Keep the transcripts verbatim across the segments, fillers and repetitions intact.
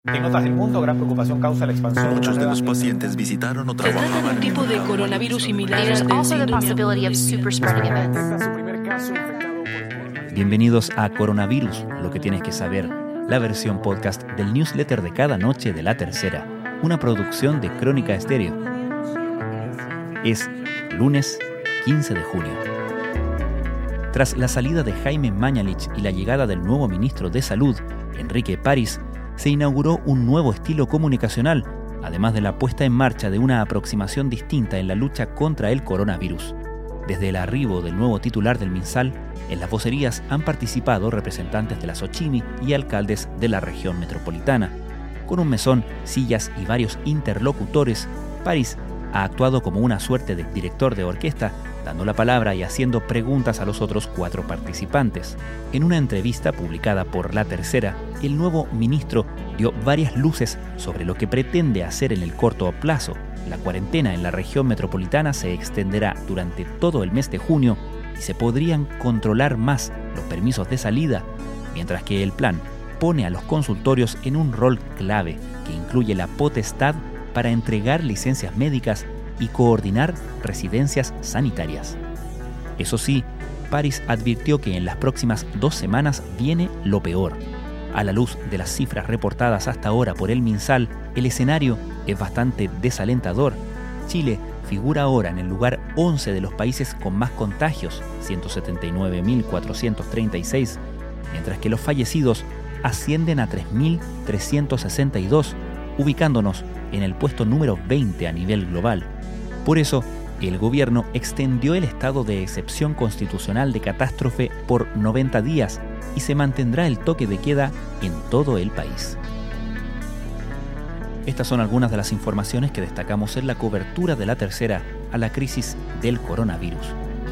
En otras del mundo, gran preocupación causa la expansión. Muchos de los pacientes visitaron o trabajaban. Se trata de un tipo de coronavirus similar al Bienvenidos a Coronavirus, lo que tienes que saber, la versión podcast del newsletter de cada noche de La Tercera, una producción de Crónica Estéreo. Es lunes quince de junio. Tras la salida de Jaime Mañalich y la llegada del nuevo ministro de Salud, Enrique París, se inauguró un nuevo estilo comunicacional, además de la puesta en marcha de una aproximación distinta en la lucha contra el coronavirus. Desde el arribo del nuevo titular del MinSal, en las vocerías han participado representantes de la Sochimi y alcaldes de la región metropolitana. Con un mesón, sillas y varios interlocutores, París ha actuado como una suerte de director de orquesta, dando la palabra y haciendo preguntas a los otros cuatro participantes. En una entrevista publicada por La Tercera, el nuevo ministro dio varias luces sobre lo que pretende hacer en el corto plazo. La cuarentena en la región metropolitana se extenderá durante todo el mes de junio y se podrían controlar más los permisos de salida, mientras que el plan pone a los consultorios en un rol clave que incluye la potestad para entregar licencias médicas y coordinar residencias sanitarias. Eso sí, París advirtió que en las próximas dos semanas viene lo peor. A la luz de las cifras reportadas hasta ahora por el MinSal, el escenario es bastante desalentador. Chile figura ahora en el lugar once de los países con más contagios, ciento setenta y nueve mil cuatrocientos treinta y seis, mientras que los fallecidos ascienden a tres mil trescientos sesenta y dos, ubicándonos en el puesto número veinte a nivel global. Por eso, el gobierno extendió el estado de excepción constitucional de catástrofe por noventa días y se mantendrá el toque de queda en todo el país. Estas son algunas de las informaciones que destacamos en la cobertura de La Tercera a la crisis del coronavirus.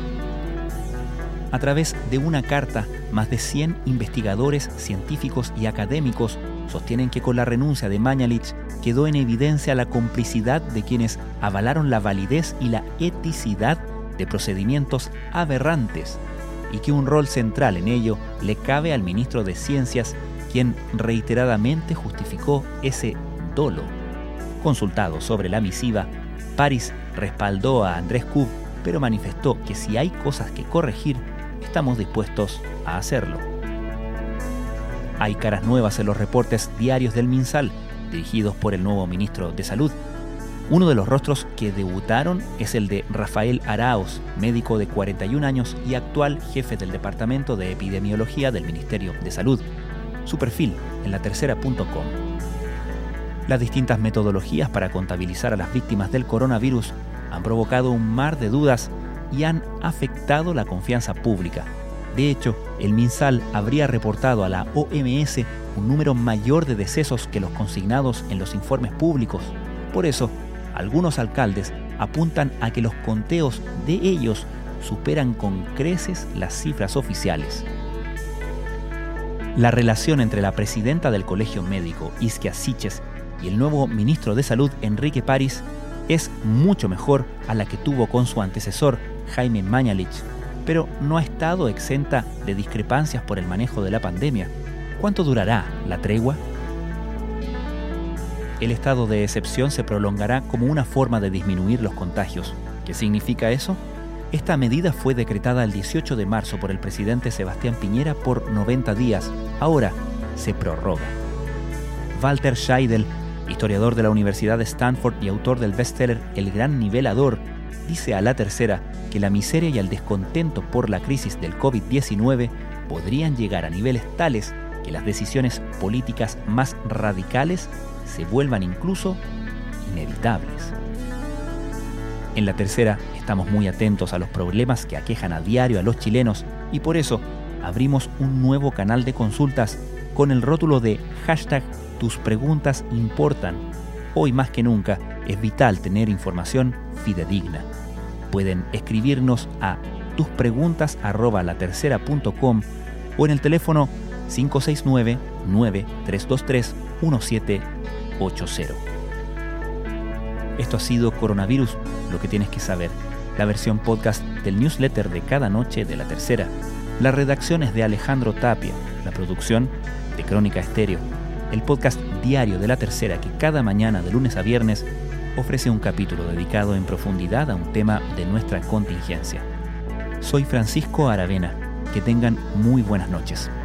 A través de una carta, más de cien investigadores, científicos y académicos sostienen que con la renuncia de Mañalich quedó en evidencia la complicidad de quienes avalaron la validez y la eticidad de procedimientos aberrantes y que un rol central en ello le cabe al ministro de Ciencias, quien reiteradamente justificó ese dolo. Consultado sobre la misiva, París respaldó a Andrés Kub, pero manifestó que si hay cosas que corregir, estamos dispuestos a hacerlo. Hay caras nuevas en los reportes diarios del MinSal, dirigidos por el nuevo ministro de Salud. Uno de los rostros que debutaron es el de Rafael Araoz, médico de cuarenta y un años y actual jefe del Departamento de Epidemiología del Ministerio de Salud. Su perfil en la tercera punto com. Las distintas metodologías para contabilizar a las víctimas del coronavirus han provocado un mar de dudas y han afectado la confianza pública. De hecho, el MinSal habría reportado a la O M S un número mayor de decesos que los consignados en los informes públicos. Por eso, algunos alcaldes apuntan a que los conteos de ellos superan con creces las cifras oficiales. La relación entre la presidenta del Colegio Médico, Isquia Siches, y el nuevo ministro de Salud, Enrique París, es mucho mejor a la que tuvo con su antecesor, Jaime Mañalich, pero no ha estado exenta de discrepancias por el manejo de la pandemia. ¿Cuánto durará la tregua? El estado de excepción se prolongará como una forma de disminuir los contagios. ¿Qué significa eso? Esta medida fue decretada el dieciocho de marzo por el presidente Sebastián Piñera por noventa días. Ahora se prorroga. Walter Scheidel, historiador de la Universidad de Stanford y autor del bestseller El Gran Nivelador, dice a La Tercera que la miseria y el descontento por la crisis del covid diecinueve podrían llegar a niveles tales que las decisiones políticas más radicales se vuelvan incluso inevitables. En La Tercera estamos muy atentos a los problemas que aquejan a diario a los chilenos y por eso abrimos un nuevo canal de consultas con el rótulo de hashtag Tus preguntas importan. Hoy más que nunca es vital tener información fidedigna. Pueden escribirnos a tuspreguntas arroba la tercera punto com o en el teléfono cinco seis nueve, nueve tres dos tres, uno siete ocho cero. Esto ha sido Coronavirus, lo que tienes que saber, la versión podcast del newsletter de cada noche de La Tercera. La redacción es de Alejandro Tapia, la producción de Crónica Estéreo. El podcast diario de La Tercera que cada mañana de lunes a viernes ofrece un capítulo dedicado en profundidad a un tema de nuestra contingencia. Soy Francisco Aravena. Que tengan muy buenas noches.